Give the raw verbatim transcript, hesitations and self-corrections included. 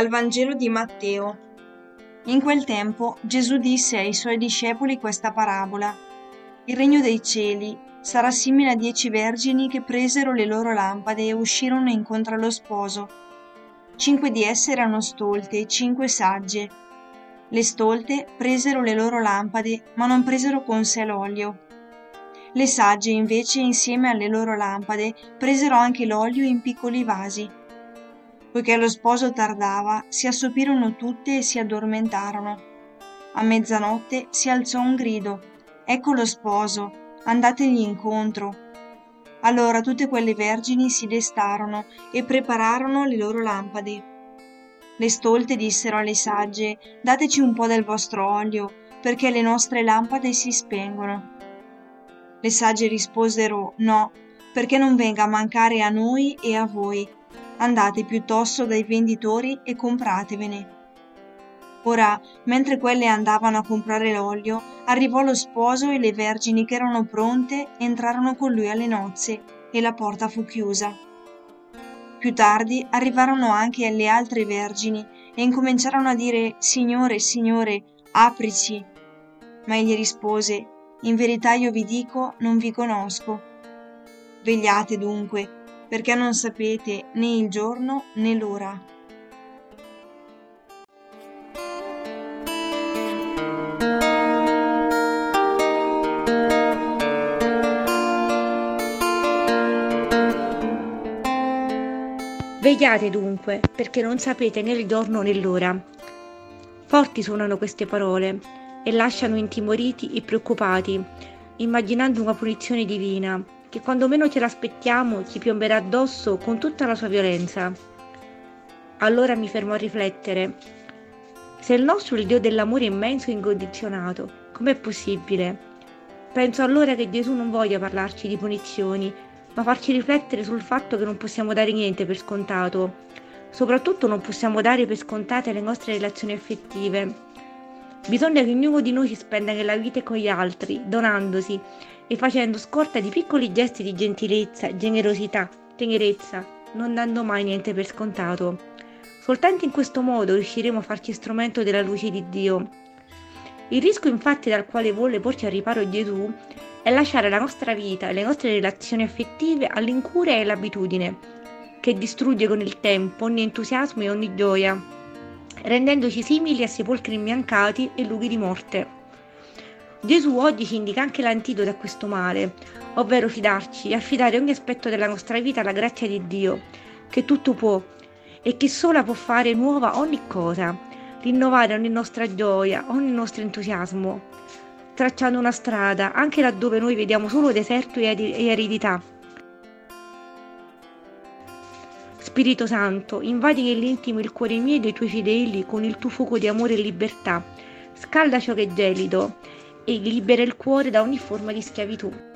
Dal Vangelo di Matteo. In quel tempo Gesù disse ai suoi discepoli questa parabola: Il regno dei cieli sarà simile a dieci vergini che presero le loro lampade e uscirono incontro allo sposo. Cinque di esse erano stolte e cinque sagge. Le stolte presero le loro lampade, ma non presero con sé l'olio. Le sagge invece, insieme alle loro lampade, presero anche l'olio in piccoli vasi. Poiché lo sposo tardava, si assopirono tutte e si addormentarono. A mezzanotte si alzò un grido: Ecco lo sposo, andategli incontro. Allora tutte quelle vergini si destarono e prepararono le loro lampade. Le stolte dissero alle sagge: Dateci un po' del vostro olio, perché le nostre lampade si spengono. Le sagge risposero: No, perché non venga a mancare a noi e a voi. Andate piuttosto dai venditori e compratevene. Ora, mentre quelle andavano a comprare l'olio, arrivò lo sposo e le vergini che erano pronte entrarono con lui alle nozze e la porta fu chiusa. Più tardi arrivarono anche le altre vergini e incominciarono a dire: Signore, Signore, aprici. Ma egli rispose: In verità io vi dico, non vi conosco. Vegliate dunque, perché non sapete né il giorno né l'ora. Vegliate dunque, perché non sapete né il giorno né l'ora. Forti suonano queste parole e lasciano intimoriti e preoccupati, immaginando una punizione divina, che quando meno ce l'aspettiamo ci piomberà addosso con tutta la sua violenza. Allora mi fermo a riflettere. Se il nostro è il Dio dell'amore immenso e incondizionato, com'è possibile? Penso allora che Gesù non voglia parlarci di punizioni, ma farci riflettere sul fatto che non possiamo dare niente per scontato. Soprattutto non possiamo dare per scontate le nostre relazioni affettive. Bisogna che ognuno di noi si spenda nella vita con gli altri, donandosi e facendo scorta di piccoli gesti di gentilezza, generosità, tenerezza, non dando mai niente per scontato. Soltanto in questo modo riusciremo a farci strumento della luce di Dio. Il rischio infatti dal quale vuole porci al riparo Gesù è lasciare la nostra vita e le nostre relazioni affettive all'incuria e all'abitudine, che distrugge con il tempo ogni entusiasmo e ogni gioia, rendendoci simili a sepolcri imbiancati e luoghi di morte. Gesù oggi ci indica anche l'antidoto a questo male, ovvero fidarci e affidare ogni aspetto della nostra vita alla grazia di Dio, che tutto può e che sola può fare nuova ogni cosa, rinnovare ogni nostra gioia, ogni nostro entusiasmo, tracciando una strada anche laddove noi vediamo solo deserto e aridità. Spirito Santo, invadi nell'intimo il cuore mio e dei tuoi fedeli con il tuo fuoco di amore e libertà, scalda ciò che è gelido e libera il cuore da ogni forma di schiavitù.